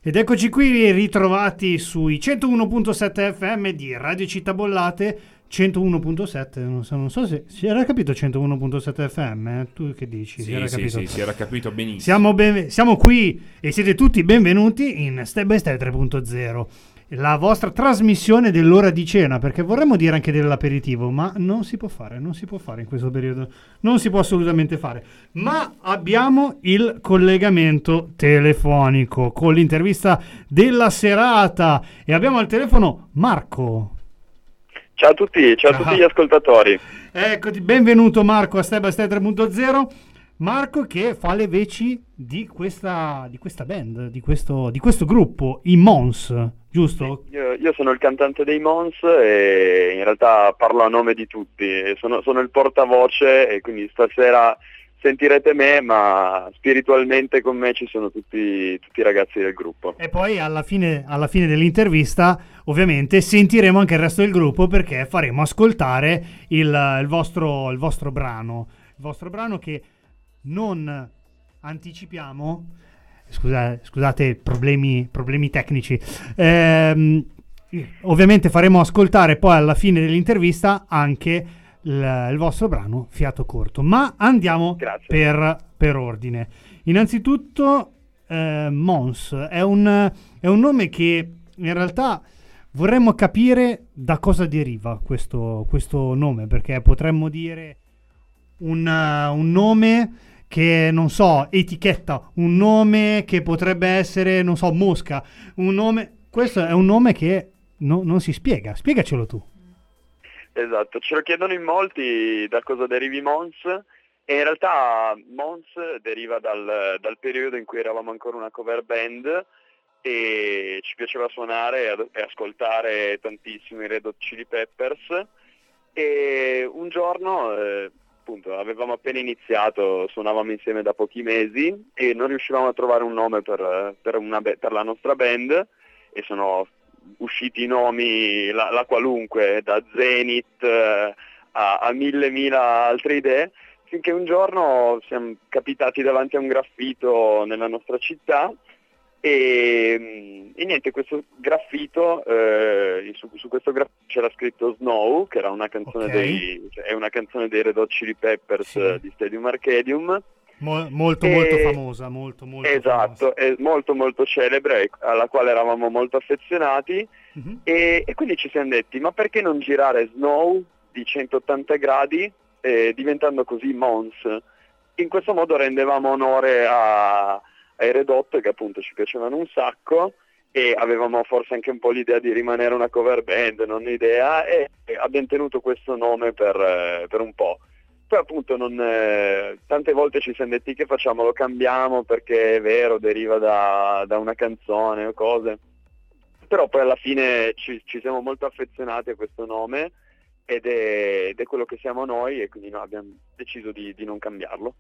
Ed eccoci qui ritrovati sui 101.7 FM di Radio Città Bollate, 101.7, non so se si era capito 101.7 FM, tu che dici? Sì, si era capito benissimo. Siamo qui e siete tutti benvenuti in Step by Step 3.0, la vostra trasmissione dell'ora di cena, perché vorremmo dire anche dell'aperitivo, ma non si può fare in questo periodo, non si può assolutamente fare. Ma abbiamo il collegamento telefonico con l'intervista della serata e abbiamo al telefono Marco. Ciao a tutti gli ascoltatori. Eccoti, benvenuto Marco a Step by Step 3.0. Marco che fa le veci di questa band, di questo gruppo, i Mons, giusto? Io sono il cantante dei Mons e in realtà parlo a nome di tutti, sono il portavoce e quindi stasera sentirete me, ma spiritualmente con me ci sono tutti i ragazzi del gruppo. E poi alla fine dell'intervista ovviamente sentiremo anche il resto del gruppo, perché faremo ascoltare il vostro brano che non anticipiamo. Scusate, problemi tecnici. Ovviamente faremo ascoltare poi alla fine dell'intervista anche il vostro brano Fiato Corto, ma andiamo per ordine. Innanzitutto Mons è un nome che in realtà vorremmo capire da cosa deriva questo nome, perché potremmo dire un nome che, non so, etichetta, un nome che potrebbe essere, non so, mosca, questo è un nome che non si spiega. Spiegacelo tu. Esatto, ce lo chiedono in molti da cosa derivi Mons, e in realtà Mons deriva dal periodo in cui eravamo ancora una cover band e ci piaceva suonare e ascoltare tantissimo i Red Hot Chili Peppers, e un giorno appunto avevamo appena iniziato, suonavamo insieme da pochi mesi e non riuscivamo a trovare un nome per la nostra band, e sono usciti i nomi la qualunque, da Zenith a mille altre idee, finché un giorno siamo capitati davanti a un graffito nella nostra città e niente, questo graffito, su questo graffito c'era scritto Snow, che era una canzone è una canzone dei Red Hot Chili Peppers, sì, di Stadium Arcadium. Molto famosa, molto esatto, famosa. È molto celebre, alla quale eravamo molto affezionati. Mm-hmm. E quindi ci siamo detti, ma perché non girare Snow di 180 gradi diventando così Mons? In questo modo rendevamo onore ai Red Hot, che appunto ci piacevano un sacco, e avevamo forse anche un po' l'idea di rimanere una cover band, non idea, e abbiamo tenuto questo nome per un po'. Poi appunto tante volte ci siamo detti che facciamo, lo cambiamo perché è vero, deriva da una canzone o cose, però poi alla fine ci siamo molto affezionati a questo nome ed è quello che siamo noi, e quindi abbiamo deciso di non cambiarlo.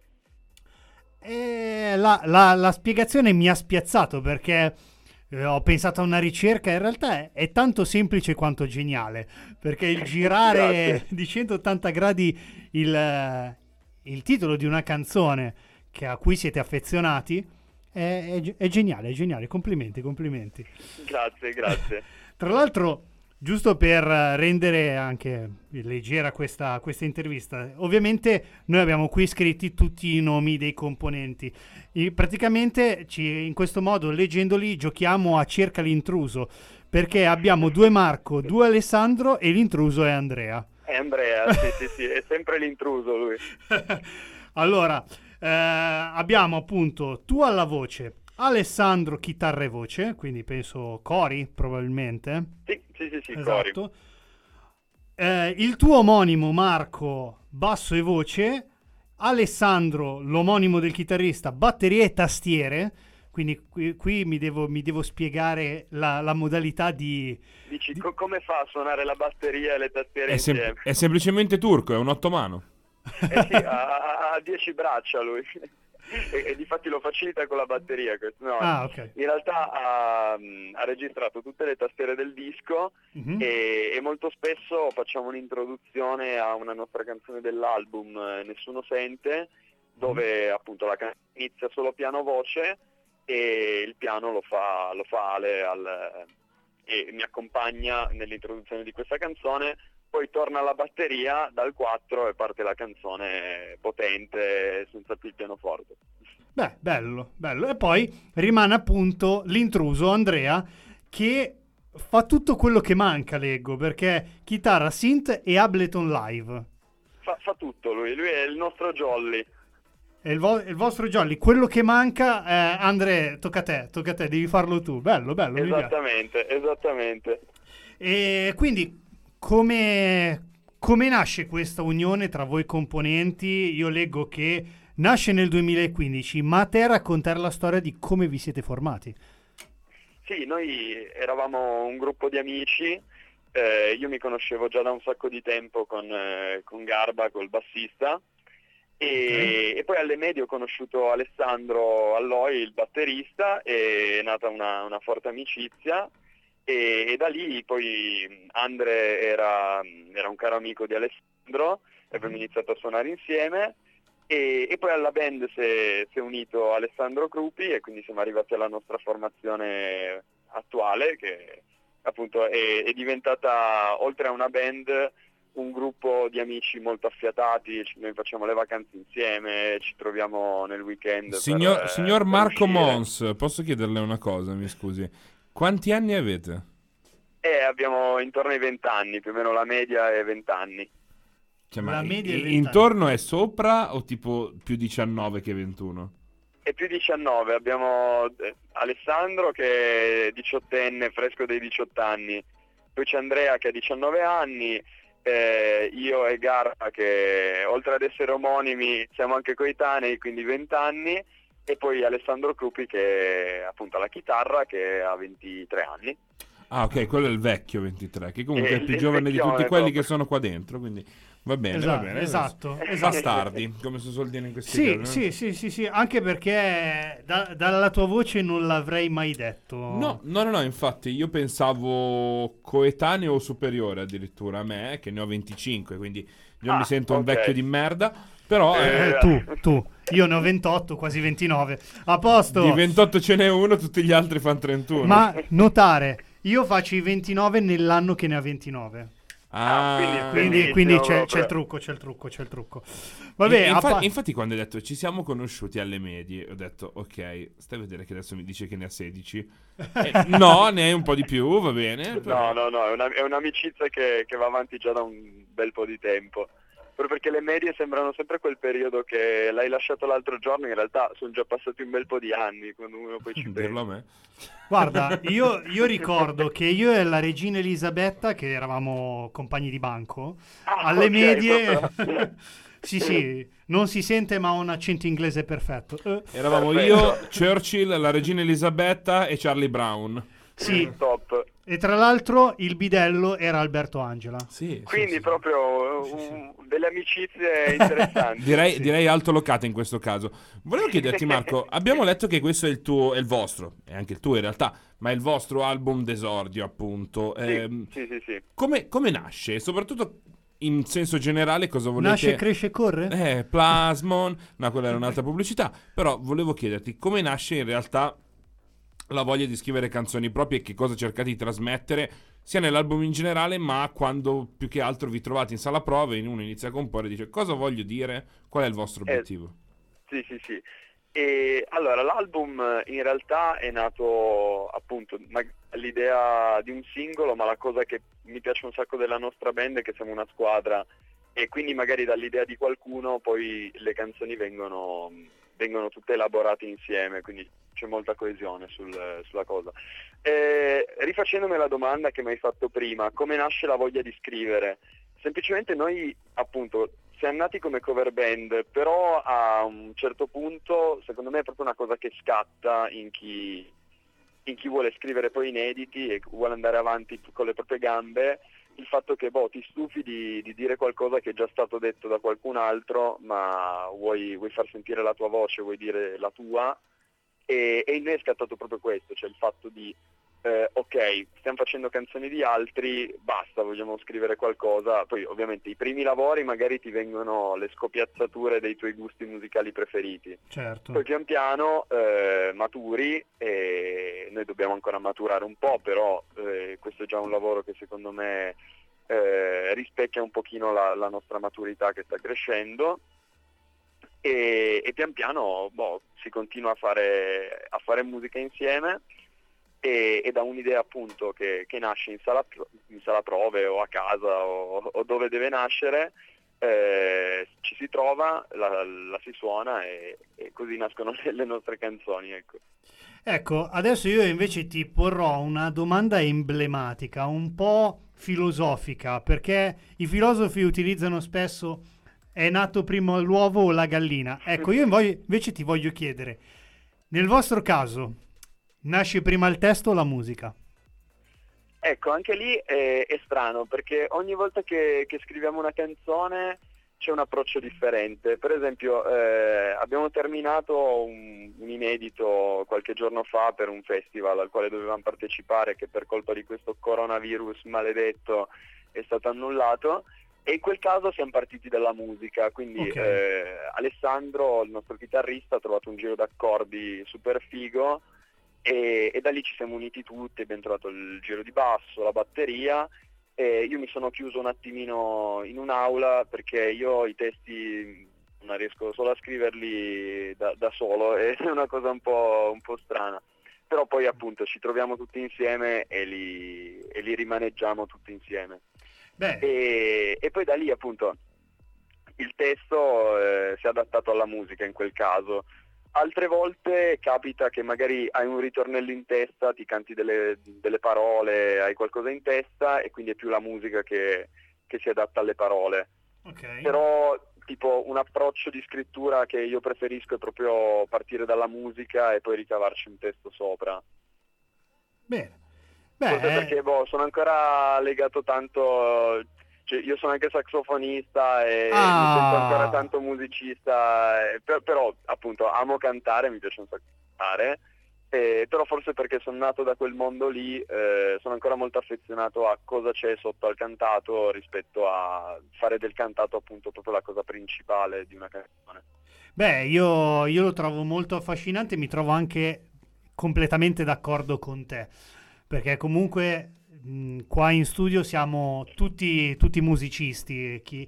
La spiegazione mi ha spiazzato, perché ho pensato a una ricerca, in realtà è tanto semplice quanto geniale, perché il girare di 180 gradi il titolo di una canzone a cui siete affezionati è geniale, complimenti. Grazie. Tra l'altro, giusto per rendere anche leggera questa intervista, ovviamente noi abbiamo qui scritti tutti i nomi dei componenti. Praticamente in questo modo, leggendoli, giochiamo a cerca l'intruso, perché abbiamo 2 Marco, 2 Alessandro e l'intruso è Andrea. È Andrea, sì, è sempre l'intruso lui. Allora, abbiamo appunto tu alla voce, Alessandro chitarra e voce, quindi penso cori probabilmente. Sì, esatto. Cori. Il tuo omonimo Marco basso e voce, Alessandro l'omonimo del chitarrista batteria e tastiere, quindi qui mi devo spiegare la modalità di... Dici come fa a suonare la batteria e le tastiere insieme? È semplicemente turco, è un ottomano. Sì, ha 10 braccia lui. E difatti lo facilita con la batteria. No, okay. In realtà ha registrato tutte le tastiere del disco, mm-hmm, e molto spesso facciamo un'introduzione a una nostra canzone dell'album Nessuno Sente, dove appunto la canzone inizia solo piano voce e il piano lo fa Ale e mi accompagna nell'introduzione di questa canzone. Poi torna alla batteria dal 4 e parte la canzone potente senza più il pianoforte. Beh, bello. E poi rimane appunto l'intruso Andrea, che fa tutto quello che manca, leggo, perché chitarra, synth e Ableton Live. Fa tutto lui è il nostro Jolly. È il vostro Jolly. Quello che manca, Andrea, tocca a te, devi farlo tu. Bello. Esattamente. E quindi come nasce questa unione tra voi componenti? Io leggo che nasce nel 2015, ma a te raccontare la storia di come vi siete formati. Sì, noi eravamo un gruppo di amici, io mi conoscevo già da un sacco di tempo con Garba, col bassista, e poi alle medie ho conosciuto Alessandro Alloi, il batterista, e è nata una forte amicizia, e da lì poi Andre era un caro amico di Alessandro, e abbiamo iniziato a suonare insieme. E poi alla band si è unito Alessandro Crupi e quindi siamo arrivati alla nostra formazione attuale, che appunto è diventata, oltre a una band, un gruppo di amici molto affiatati. Noi facciamo le vacanze insieme, ci troviamo nel weekend. Signor Marco uscire. Mons, posso chiederle una cosa, mi scusi? Quanti anni avete? Abbiamo intorno ai 20 anni, più o meno la media è 20 anni. Cioè, La ma media è 20 intorno è sopra o tipo più 19 che 21? È più 19, abbiamo Alessandro che è 18enne, fresco dei 18 anni, poi c'è Andrea che ha 19 anni, io e Garba che oltre ad essere omonimi siamo anche coetanei, quindi 20 anni, e poi Alessandro Crupi che appunto ha la chitarra, che ha 23 anni. Ah, ok, quello è il vecchio 23, che comunque è il più il giovane di tutti vecchione quelli proprio. che sono qua dentro, quindi va bene. Esatto. Bastardi, come si suol dire in questi casi. Sì, anche perché dalla tua voce non l'avrei mai detto. No, infatti io pensavo coetaneo o superiore addirittura a me, che ne ho 25, quindi io mi sento un vecchio di merda, però... Tu, io ne ho 28, quasi 29, a posto. Di 28 ce n'è uno, tutti gli altri fanno 31. Ma notare, io faccio i 29 nell'anno che ne ha 29. Quindi c'è il trucco. Vabbè, infatti quando hai detto ci siamo conosciuti alle medie, ho detto ok, stai a vedere che adesso mi dice che ne ha 16. No, ne hai un po' di più, va bene. No, è un'amicizia che va avanti già da un bel po' di tempo. Proprio perché le medie sembrano sempre quel periodo che l'hai lasciato l'altro giorno, in realtà sono già passati un bel po' di anni, quando uno poi ci Dirlo pensa. a me. Guarda, io ricordo che io e la regina Elisabetta, che eravamo compagni di banco, alle medie... sì, non si sente ma ha un accento inglese perfetto. Eravamo io, Churchill, la regina Elisabetta e Charlie Brown. Sì, top. E tra l'altro il bidello era Alberto Angela. Sì, quindi proprio delle amicizie interessanti. Direi altolocate in questo caso. Volevo chiederti, Marco, abbiamo letto che questo è il vostro, e anche il tuo in realtà, ma è il vostro album d'esordio, appunto. Sì. Come nasce? Soprattutto in senso generale, cosa volete? Nasce, cresce, corre? Plasmon, no, quella era un'altra pubblicità. Però volevo chiederti come nasce in realtà la voglia di scrivere canzoni proprie e che cosa cercate di trasmettere sia nell'album in generale, ma quando più che altro vi trovate in sala prove e uno inizia a comporre e dice cosa voglio dire, qual è il vostro obiettivo? Sì. E allora l'album in realtà è nato appunto l'idea di un singolo, ma la cosa che mi piace un sacco della nostra band è che siamo una squadra e quindi magari dall'idea di qualcuno poi le canzoni vengono tutte elaborate insieme, quindi c'è molta coesione sulla cosa. Rifacendomi la domanda che mi hai fatto prima, come nasce la voglia di scrivere? Semplicemente noi appunto siamo nati come cover band, però a un certo punto secondo me è proprio una cosa che scatta in chi vuole scrivere poi inediti e vuole andare avanti con le proprie gambe, il fatto che ti stufi di dire qualcosa che è già stato detto da qualcun altro, ma vuoi far sentire la tua voce, vuoi dire la tua, e in me è scattato proprio questo, cioè il fatto di ok, stiamo facendo canzoni di altri, basta, vogliamo scrivere qualcosa. Poi ovviamente i primi lavori magari ti vengono le scopiazzature dei tuoi gusti musicali preferiti. Certo. Poi pian piano maturi, e noi dobbiamo ancora maturare un po', però questo è già un lavoro che secondo me rispecchia un pochino la nostra maturità che sta crescendo, e pian piano si continua a fare musica insieme. E da un'idea appunto che nasce in sala prove o a casa o dove deve nascere, ci si trova, la si suona e così nascono le nostre canzoni. Ecco, adesso io invece ti porrò una domanda emblematica, un po' filosofica, perché i filosofi utilizzano spesso è nato prima l'uovo o la gallina. Ecco, io invece ti voglio chiedere, nel vostro caso, nasce prima il testo o la musica? Ecco, anche lì è strano, perché ogni volta che scriviamo una canzone c'è un approccio differente. Per esempio abbiamo terminato un inedito qualche giorno fa per un festival al quale dovevamo partecipare, che per colpa di questo coronavirus maledetto è stato annullato, e in quel caso siamo partiti dalla musica, quindi Alessandro, il nostro chitarrista, ha trovato un giro d'accordi super figo, e da lì ci siamo uniti tutti, abbiamo trovato il giro di basso, la batteria, e io mi sono chiuso un attimino in un'aula perché io i testi non riesco solo a scriverli da solo, è una cosa un po' strana, però poi appunto ci troviamo tutti insieme e li rimaneggiamo tutti insieme. E poi da lì appunto il testo si è adattato alla musica in quel caso. Altre volte capita che magari hai un ritornello in testa, ti canti delle parole, hai qualcosa in testa e quindi è più la musica che si adatta alle parole. Okay. Però tipo un approccio di scrittura che io preferisco è proprio partire dalla musica e poi ricavarci un testo sopra. Bene. Forse perché sono ancora legato tanto... Cioè, io sono anche saxofonista e mi sento ancora tanto musicista, però appunto amo cantare, mi piace un sacco cantare, però forse perché sono nato da quel mondo lì sono ancora molto affezionato a cosa c'è sotto al cantato rispetto a fare del cantato appunto proprio la cosa principale di una canzone. Io lo trovo molto affascinante, mi trovo anche completamente d'accordo con te, perché comunque... qua in studio siamo tutti musicisti, chi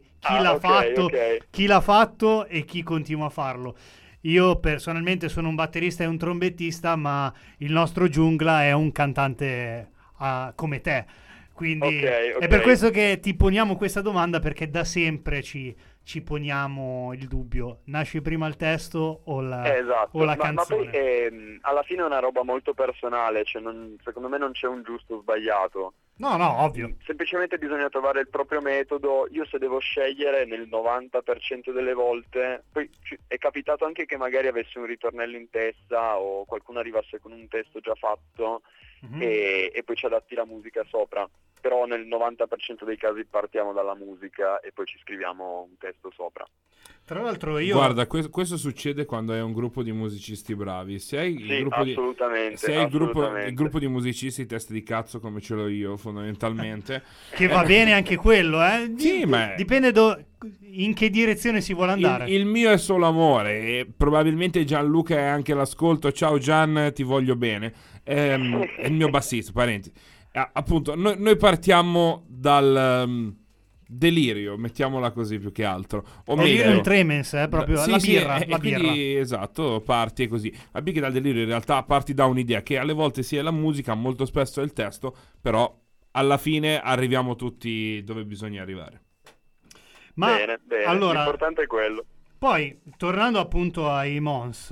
l'ha fatto e chi continua a farlo. Io personalmente sono un batterista e un trombettista, ma il nostro Giungla è un cantante come te, quindi è per questo che ti poniamo questa domanda, perché da sempre ci poniamo il dubbio: nasce prima il testo o la canzone? Ma poi alla fine è una roba molto personale, cioè secondo me non c'è un giusto o sbagliato. No, ovvio. Semplicemente bisogna trovare il proprio metodo. Io se devo scegliere nel 90% delle volte, poi è capitato anche che magari avessi un ritornello in testa o qualcuno arrivasse con un testo già fatto e poi ci adatti la musica sopra. Però nel 90% dei casi partiamo dalla musica e poi ci scriviamo un testo sopra. Tra l'altro Guarda, questo succede quando hai un gruppo di musicisti bravi. Se hai il gruppo di musicisti testa di cazzo come ce l'ho io, fondamentalmente. Che va bene anche quello, eh? Sì, ma... Dipende in che direzione si vuole andare. Il mio è solo amore e probabilmente Gianluca è anche l'ascolto. Ciao Gian, ti voglio bene. È il mio bassista, parenti. Appunto, noi partiamo dal delirio, mettiamola così più che altro. O Delirium tremens, proprio sì, la sì, birra. Quindi, esatto, parti e così. Ma che dal delirio in realtà parti da un'idea che alle volte sia la musica, molto spesso è il testo, però alla fine arriviamo tutti dove bisogna arrivare. Ma bene, allora, l'importante è quello. Poi, tornando appunto ai Mons,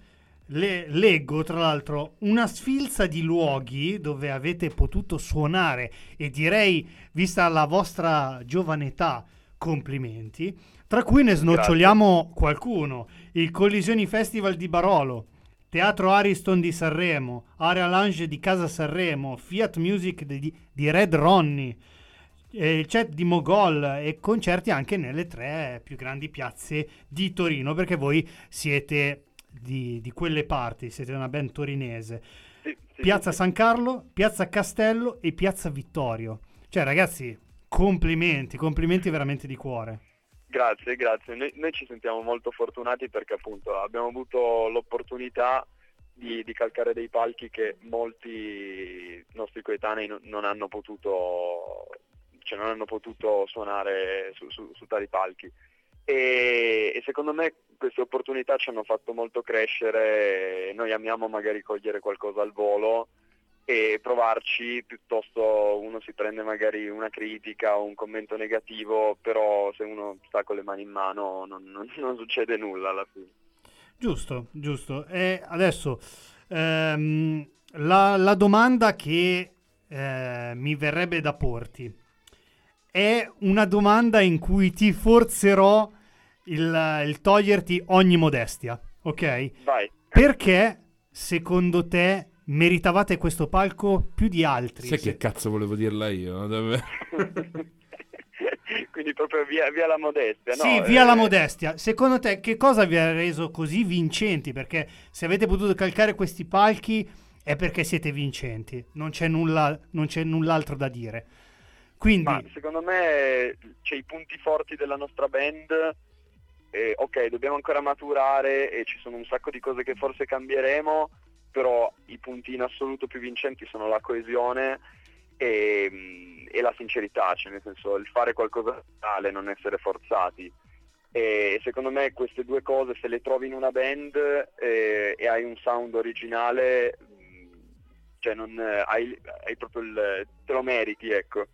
leggo tra l'altro una sfilza di luoghi dove avete potuto suonare, e direi, vista la vostra giovane età, complimenti, tra cui ne snoccioliamo qualcuno: il Collisioni Festival di Barolo, Teatro Ariston di Sanremo, Area Lounge di Casa Sanremo, Fiat Music di Red Ronnie, il Chat di Mogol, e concerti anche nelle 3 più grandi piazze di Torino, perché voi siete di quelle parti, siete una band torinese. Piazza San Carlo, Piazza Castello e Piazza Vittorio. Cioè, ragazzi, complimenti veramente di cuore. Grazie. Noi ci sentiamo molto fortunati perché appunto abbiamo avuto l'opportunità di calcare dei palchi che molti nostri coetanei non hanno potuto suonare su tali palchi. E secondo me queste opportunità ci hanno fatto molto crescere. Noi amiamo magari cogliere qualcosa al volo e provarci, piuttosto uno si prende magari una critica o un commento negativo, però se uno sta con le mani in mano non succede nulla alla fine. Giusto. E adesso la domanda che mi verrebbe da porti è una domanda in cui ti forzerò il toglierti ogni modestia, ok? Vai. Perché secondo te meritavate questo palco più di altri? Sai che cazzo volevo dirla io? Quindi proprio via la modestia, no? Sì, via la modestia. Secondo te che cosa vi ha reso così vincenti? Perché se avete potuto calcare questi palchi è perché siete vincenti, non c'è null'altro da dire. Quindi, ma secondo me c'è i punti forti della nostra band. Ok, dobbiamo ancora maturare e ci sono un sacco di cose che forse cambieremo, però i punti in assoluto più vincenti sono la coesione e la sincerità, cioè nel senso il fare qualcosa di tale, non essere forzati. E secondo me queste due cose, se le trovi in una band e hai un sound originale, cioè non hai proprio te lo meriti, ecco.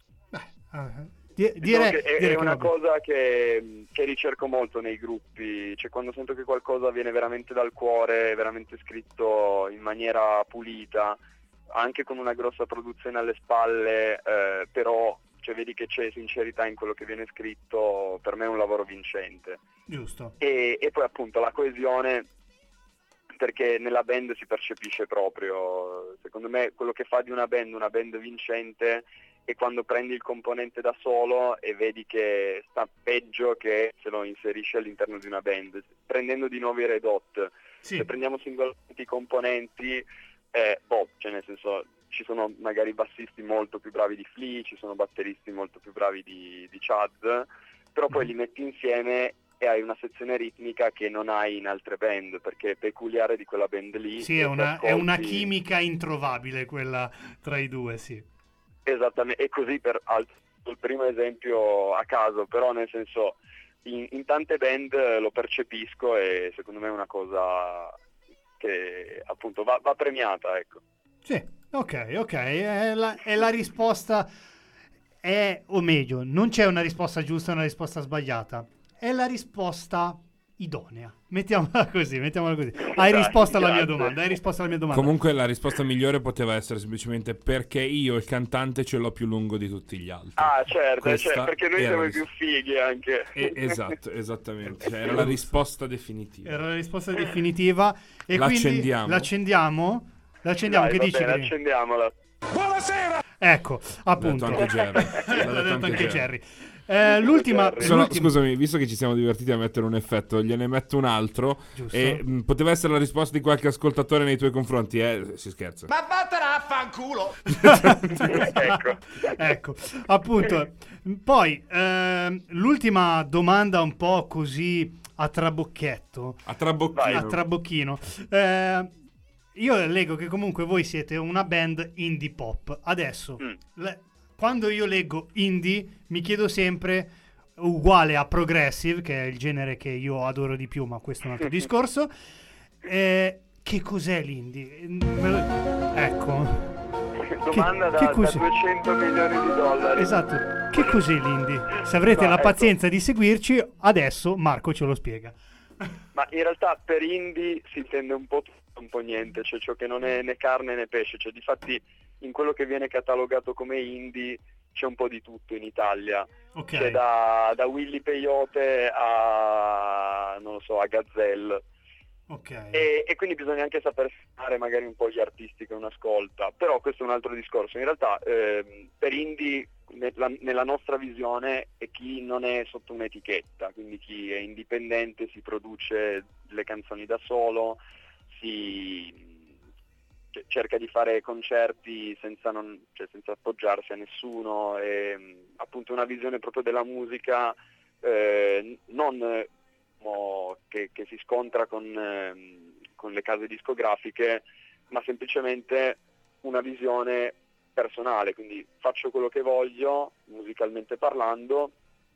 È una cosa che ricerco molto nei gruppi, cioè quando sento che qualcosa viene veramente dal cuore, veramente scritto in maniera pulita, anche con una grossa produzione alle spalle, però cioè, vedi che c'è sincerità in quello che viene scritto, per me è un lavoro vincente. Giusto. E poi appunto la coesione, perché nella band si percepisce proprio, secondo me quello che fa di una band vincente è quando prendi il componente da solo e vedi che sta peggio che se lo inserisci all'interno di una band, prendendo di nuovo i Red Hot. Sì. Se prendiamo singolarmente i componenti, cioè nel senso ci sono magari bassisti molto più bravi di Flea, ci sono batteristi molto più bravi di Chad, però poi li metti insieme e hai una sezione ritmica che non hai in altre band, perché è peculiare di quella band lì. Sì, è una chimica introvabile quella tra i due, sì. Esattamente, e così per il primo esempio a caso, però nel senso in tante band lo percepisco e secondo me è una cosa che appunto va premiata, ecco. Sì, ok, è la risposta, o meglio, non c'è una risposta giusta e una risposta sbagliata, è la risposta idonea. Mettiamola così. Hai risposto alla mia domanda. Comunque la risposta migliore poteva essere semplicemente perché io il cantante ce l'ho più lungo di tutti gli altri. Ah, certo, perché noi siamo i più fighi anche. Esatto, esattamente. Cioè, era la risposta definitiva. E l'accendiamo? Dai, che dici? Accendiamola. Buonasera! Ecco, appunto. L'ha detto anche Jerry. L'ultima. Scusami, visto che ci siamo divertiti a mettere un effetto, gliene metto un altro. Giusto. E poteva essere la risposta di qualche ascoltatore nei tuoi confronti, si scherza. Ma vattene a fanculo. Ecco, appunto. Poi l'ultima domanda un po' così a trabocchetto. A trabocchino. Io leggo che comunque voi siete una band indie pop. Adesso quando io leggo indie mi chiedo sempre, uguale a progressive, che è il genere che io adoro di più, ma questo è un altro discorso, che cos'è l'indie? Ecco. Domanda da 200 milioni di dollari. Esatto. Che cos'è l'indie? Se avrete la pazienza di seguirci, adesso Marco ce lo spiega. Ma in realtà per indie si intende un po' tutto, un po' niente, cioè ciò che non è né carne né pesce, cioè difatti in quello che viene catalogato come indie c'è un po' di tutto in Italia. Okay. C'è da Willy Peyote a non lo so, a Gazelle. Okay. E quindi bisogna anche saper fare magari un po' gli artisti che uno ascolta, però questo è un altro discorso. In realtà per indie nella nostra visione è chi non è sotto un'etichetta, quindi chi è indipendente, si produce le canzoni da solo, cerca di fare concerti senza appoggiarsi a nessuno, e appunto una visione proprio della musica non che si scontra con le case discografiche, ma semplicemente una visione personale, quindi faccio quello che voglio musicalmente parlando,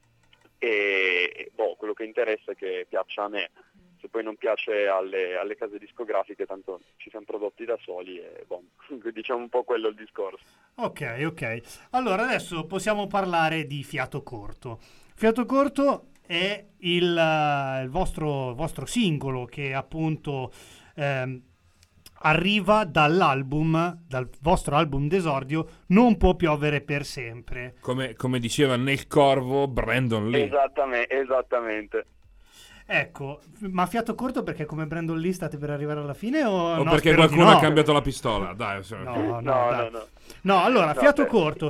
e quello che interessa è che piaccia a me. Se poi non piace alle case discografiche, tanto ci siamo prodotti da soli, e diciamo un po' quello il discorso. Ok. Allora adesso possiamo parlare di Fiato Corto. Fiato Corto è il vostro singolo che appunto arriva dal vostro album d'esordio Non può piovere per sempre. Come diceva nel Corvo Brandon Lee. Esattamente. Ecco, ma Fiato Corto perché come Brandon Lee state per arrivare alla fine o no, perché qualcuno ha cambiato la pistola? Dai, no. No, allora, Fiato Corto,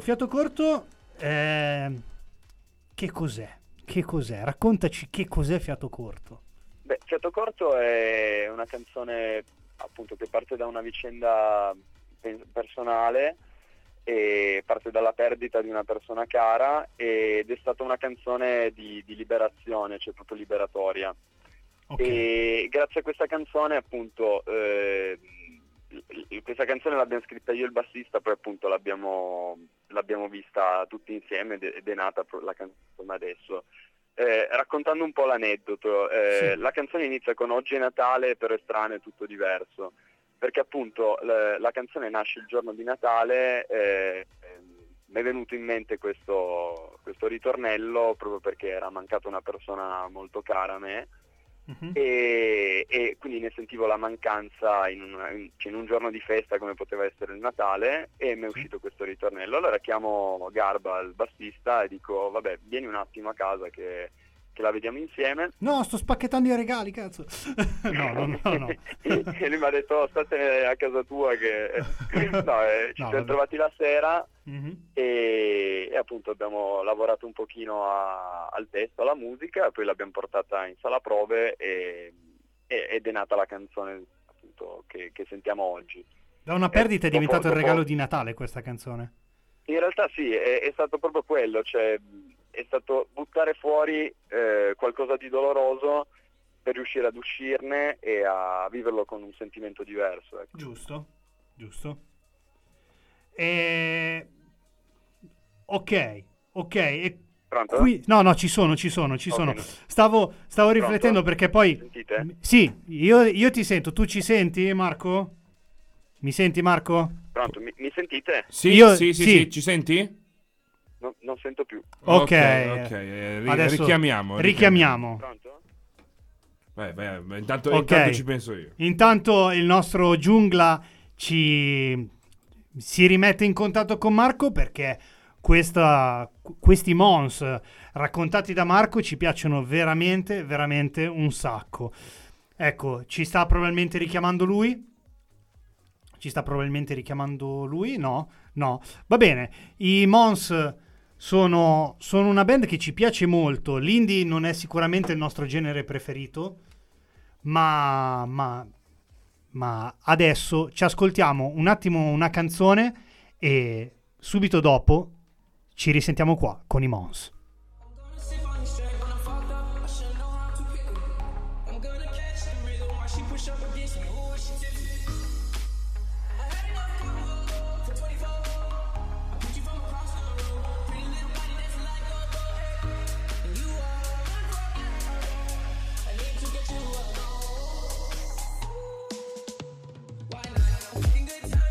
che cos'è? Raccontaci che cos'è Fiato Corto. Beh, Fiato Corto è una canzone appunto che parte da una vicenda personale, e parte dalla perdita di una persona cara, ed è stata una canzone di liberazione, cioè proprio liberatoria. Okay. E grazie a questa canzone appunto questa canzone l'abbiamo scritta io e il bassista, poi appunto l'abbiamo vista tutti insieme ed è nata la canzone adesso. Raccontando un po' l'aneddoto, sì. La canzone inizia con "Oggi è Natale, però è strano, è tutto diverso", perché appunto la canzone nasce il giorno di Natale. Mi è venuto in mente questo ritornello proprio perché era mancata una persona molto cara a me. Uh-huh. E quindi ne sentivo la mancanza in un giorno di festa come poteva essere il Natale, e mi è uscito questo ritornello. Allora chiamo Garba, il bassista, e dico: vabbè, vieni un attimo a casa che la vediamo insieme. No, sto spacchettando i regali, cazzo. no. E lui mi ha detto: state a casa tua che ci siamo trovati la sera. Uh-huh. E appunto abbiamo lavorato un pochino al testo, alla musica, poi l'abbiamo portata in sala prove ed è nata la canzone appunto che sentiamo oggi. Da una perdita è diventato il regalo di Natale questa canzone? In realtà sì, è stato proprio quello, cioè è stato buttare fuori qualcosa di doloroso per riuscire ad uscirne e a viverlo con un sentimento diverso. Ecco. Giusto. Ok. E pronto? Qui... No, ci sono. Okay. Stavo riflettendo perché poi... Sentite? Sì, io ti sento. Tu ci senti, Marco? Mi senti, Marco? Pronto, mi sentite? Sì, ci senti? No, non sento più. Ok. Adesso richiamiamo. Pronto? Vai. Intanto ci penso io. Intanto il nostro Giungla si rimette in contatto con Marco, perché questi Mons raccontati da Marco ci piacciono veramente, veramente un sacco. Ecco, ci sta probabilmente richiamando lui? No. Va bene, i Mons sono una band che ci piace molto. L'indie non è sicuramente il nostro genere preferito, ma adesso ci ascoltiamo un attimo una canzone e subito dopo ci risentiamo qua con i Mons.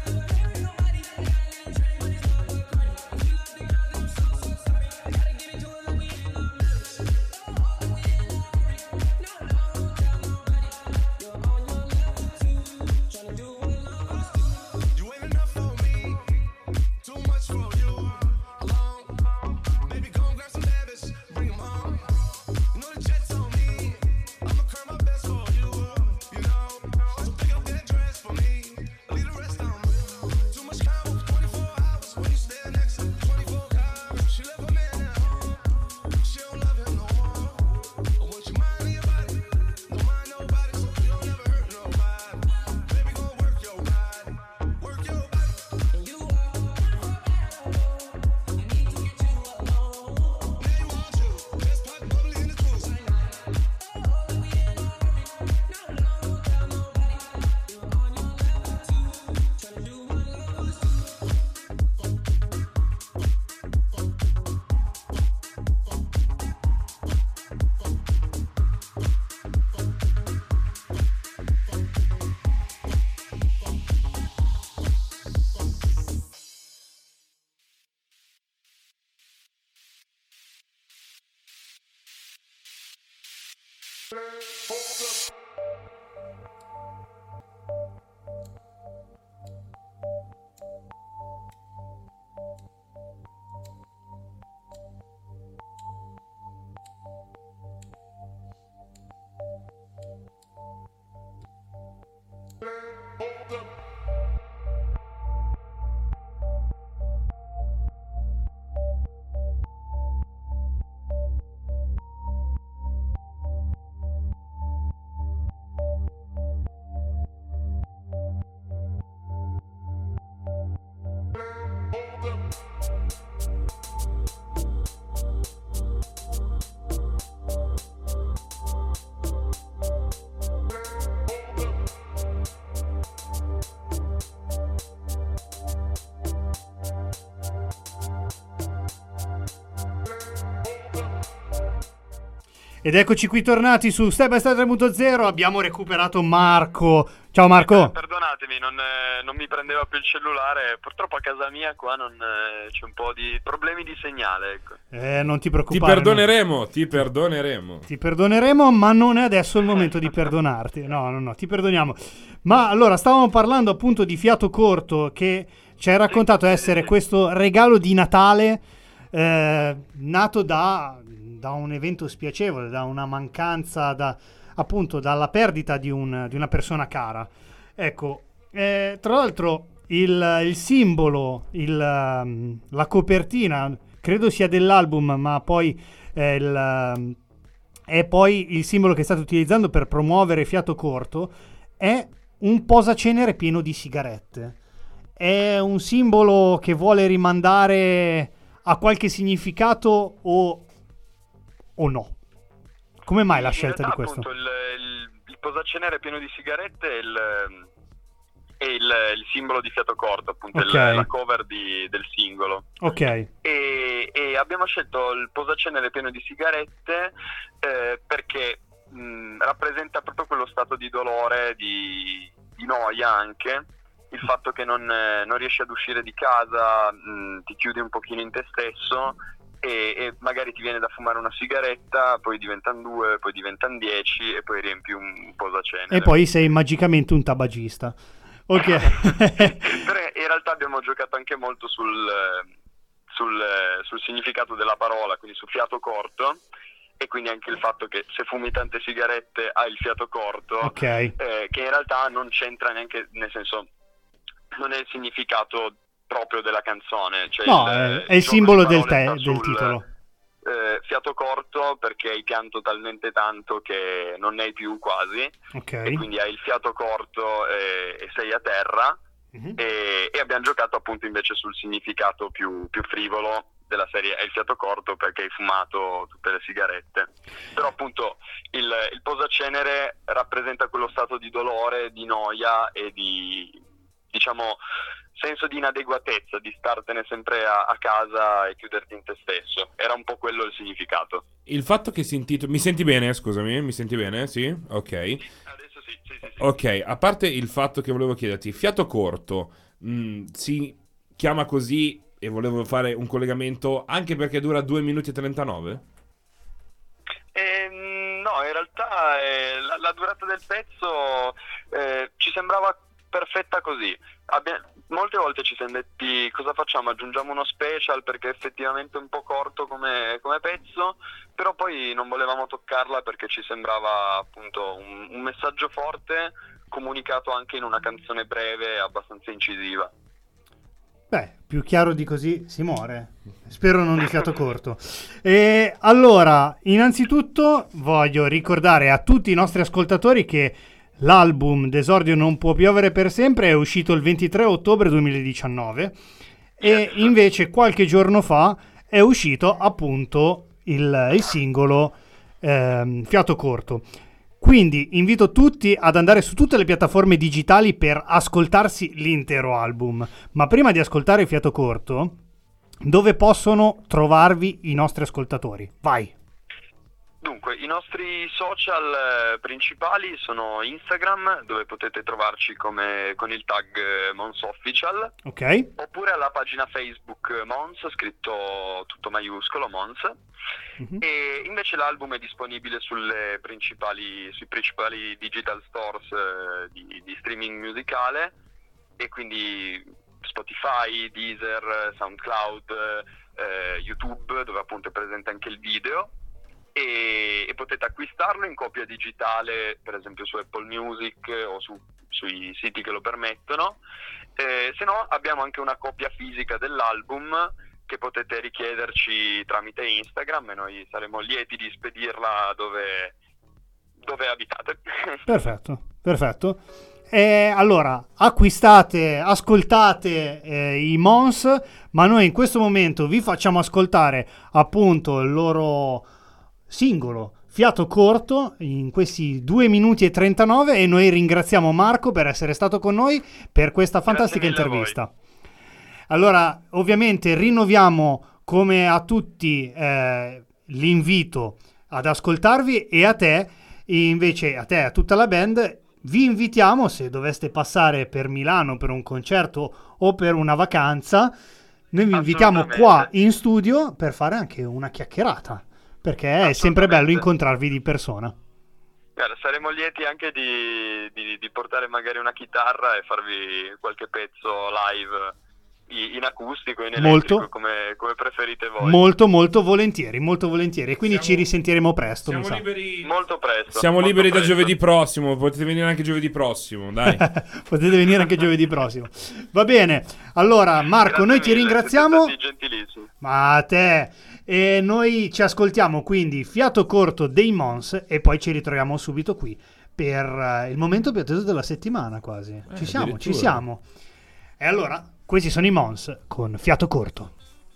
Get into Ed eccoci qui tornati su Step by Step 3.0, abbiamo recuperato Marco. Ciao Marco. Perdonatemi, non mi prendeva più il cellulare, purtroppo a casa mia qua c'è un po' di problemi di segnale, ecco. Non ti preoccupare. Ti perdoneremo, ma non è adesso il momento di perdonarti. No, ti perdoniamo. Ma allora, stavamo parlando appunto di Fiato Corto, che ci hai raccontato essere questo regalo di Natale nato da un evento spiacevole, da una mancanza, appunto dalla perdita di una persona cara. Ecco, tra l'altro il simbolo, la copertina, credo sia dell'album, ma poi è poi il simbolo che state utilizzando per promuovere Fiato Corto, è un posacenere pieno di sigarette. È un simbolo che vuole rimandare a qualche significato o no? Come mai la scelta di questo? Appunto, il posacenere pieno di sigarette è il simbolo di Fiato Corto, appunto, okay. La cover del singolo. Ok. E abbiamo scelto il posacenere pieno di sigarette perché rappresenta proprio quello stato di dolore, di noia anche, il fatto che non riesci ad uscire di casa, ti chiudi un pochino in te stesso e magari ti viene da fumare una sigaretta, poi diventano 2, poi diventano 10 e poi riempi un posacenere. E poi sei magicamente un tabagista. Ok. Però in realtà abbiamo giocato anche molto sul significato della parola, quindi su fiato corto, e quindi anche il fatto che se fumi tante sigarette hai il fiato corto, okay. Che in realtà non c'entra neanche, nel senso, non è il significato proprio della canzone, cioè no, è il simbolo del titolo. Fiato corto perché hai pianto talmente tanto che non ne hai più quasi, okay. E quindi hai il fiato corto e sei a terra, uh-huh. e abbiamo giocato appunto invece sul significato più frivolo della serie, è il fiato corto perché hai fumato tutte le sigarette. Però appunto il posacenere rappresenta quello stato di dolore, di noia e di, diciamo, senso di inadeguatezza, di startene sempre a casa e chiuderti in te stesso. Era un po' quello il significato. Il fatto che si intitoli... Mi senti bene? Scusami, mi senti bene? Sì? Ok. Adesso sì. Ok, a parte il fatto che volevo chiederti, Fiato Corto si chiama così e volevo fare un collegamento anche perché dura 2 minuti e 39? No, in realtà la durata del pezzo ci sembrava perfetta così. Molte volte ci siamo detti cosa facciamo, aggiungiamo uno special perché è effettivamente un po' corto come pezzo, però poi non volevamo toccarla perché ci sembrava appunto un messaggio forte comunicato anche in una canzone breve e abbastanza incisiva. Beh, più chiaro di così si muore. Spero non di fiato corto. E allora, innanzitutto voglio ricordare a tutti i nostri ascoltatori che l'album D'esordio non può piovere per sempre è uscito il 23 ottobre 2019 e invece qualche giorno fa è uscito appunto il singolo Fiato Corto. Quindi invito tutti ad andare su tutte le piattaforme digitali per ascoltarsi l'intero album. Ma prima di ascoltare Fiato Corto, dove possono trovarvi i nostri ascoltatori? Vai! Dunque, i nostri social principali sono Instagram, dove potete trovarci con il tag Mons Official, ok, oppure alla pagina Facebook Mons, scritto tutto maiuscolo, Mons. E invece l'album è disponibile sui principali digital stores di streaming musicale, e quindi Spotify, Deezer, SoundCloud, YouTube, dove appunto è presente anche il video. E potete acquistarlo in copia digitale, per esempio su Apple Music o sui siti che lo permettono. Se no, abbiamo anche una copia fisica dell'album che potete richiederci tramite Instagram, e noi saremo lieti di spedirla dove abitate. Perfetto. Allora, ascoltate i Mons, ma noi in questo momento vi facciamo ascoltare appunto il loro singolo Fiato Corto in questi 2 minuti e 39, e noi ringraziamo Marco per essere stato con noi per questa fantastica intervista. Allora, ovviamente rinnoviamo come a tutti l'invito ad ascoltarvi, e a te invece, a tutta la band, vi invitiamo, se doveste passare per Milano per un concerto o per una vacanza, noi vi invitiamo qua in studio per fare anche una chiacchierata, perché è sempre bello incontrarvi di persona. Guarda, saremo lieti anche di portare magari una chitarra e farvi qualche pezzo live in acustico, in elettrico, come preferite voi. Molto volentieri, e quindi ci risentiremo presto. Siamo liberi molto presto. Siamo liberi da giovedì prossimo, potete venire anche giovedì prossimo, dai. Potete venire anche giovedì prossimo. Va bene. Allora, Marco, noi ti ringraziamo. Siete gentilissimi. Ma a te. E noi ci ascoltiamo quindi Fiato Corto dei Mons, e poi ci ritroviamo subito qui per il momento più atteso della settimana, quasi. Ci siamo. E allora, questi sono i Mons con Fiato Corto.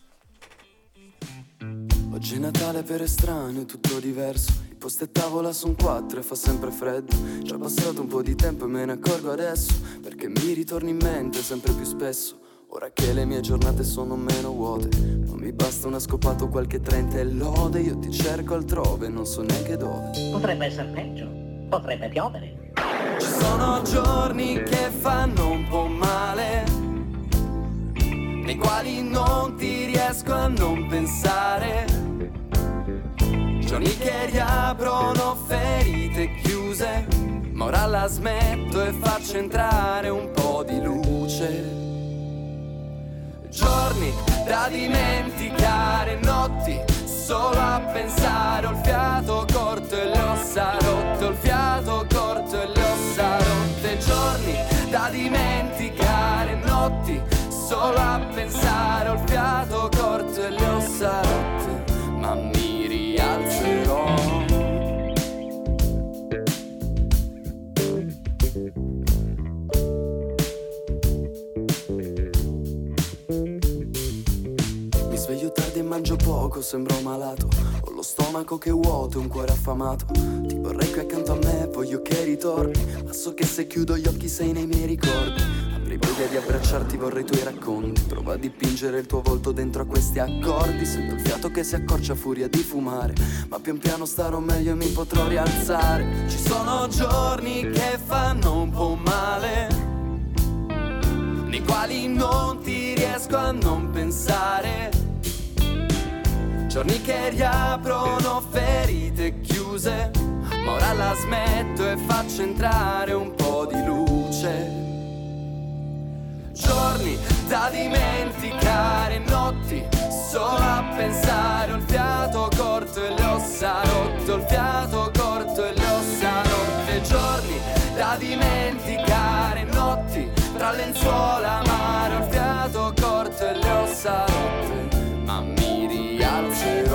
Oggi è Natale per estraneo, tutto diverso. I posti a tavola sono 4 e fa sempre freddo. Già passato un po' di tempo e me ne accorgo adesso, perché mi ritorni in mente sempre più spesso. Ora che le mie giornate sono meno vuote, non mi basta una scopata o qualche 30 e lode. Io ti cerco altrove, non so neanche dove. Potrebbe essere peggio, potrebbe piovere. Ci sono giorni che fanno un po' male, nei quali non ti riesco a non pensare. Giorni che riaprono ferite chiuse, ma ora la smetto e faccio entrare un po' di luce. Giorni da dimenticare, notti solo a pensare. Ho il fiato corto e le ossa rotte, ho il fiato corto e le ossa rotte. Giorni da dimenticare, notti solo a pensare. Ho il fiato corto e le ossa rotte, ma mi rialzerò. Mi sveglio tardi e mangio poco, sembro malato. Ho lo stomaco che è vuoto e un cuore affamato. Ti vorrei qui accanto a me, voglio che ritorni, ma so che se chiudo gli occhi sei nei miei ricordi. Avrei voglia di abbracciarti, vorrei i tuoi racconti. Prova a dipingere il tuo volto dentro a questi accordi. Sento il fiato che si accorcia a furia di fumare, ma pian piano starò meglio e mi potrò rialzare. Ci sono giorni che fanno un po' male, nei quali non ti riesco a non pensare. Giorni che riaprono ferite chiuse, ma ora la smetto e faccio entrare un po' di luce. Giorni da dimenticare, notti solo a pensare. Ho il fiato corto e le ossa rotte, ho il fiato corto e le ossa rotte. Giorni da dimenticare, notti tra lenzuola amare. Ho il fiato corto e le ossa rotte, ma mi rialzerò.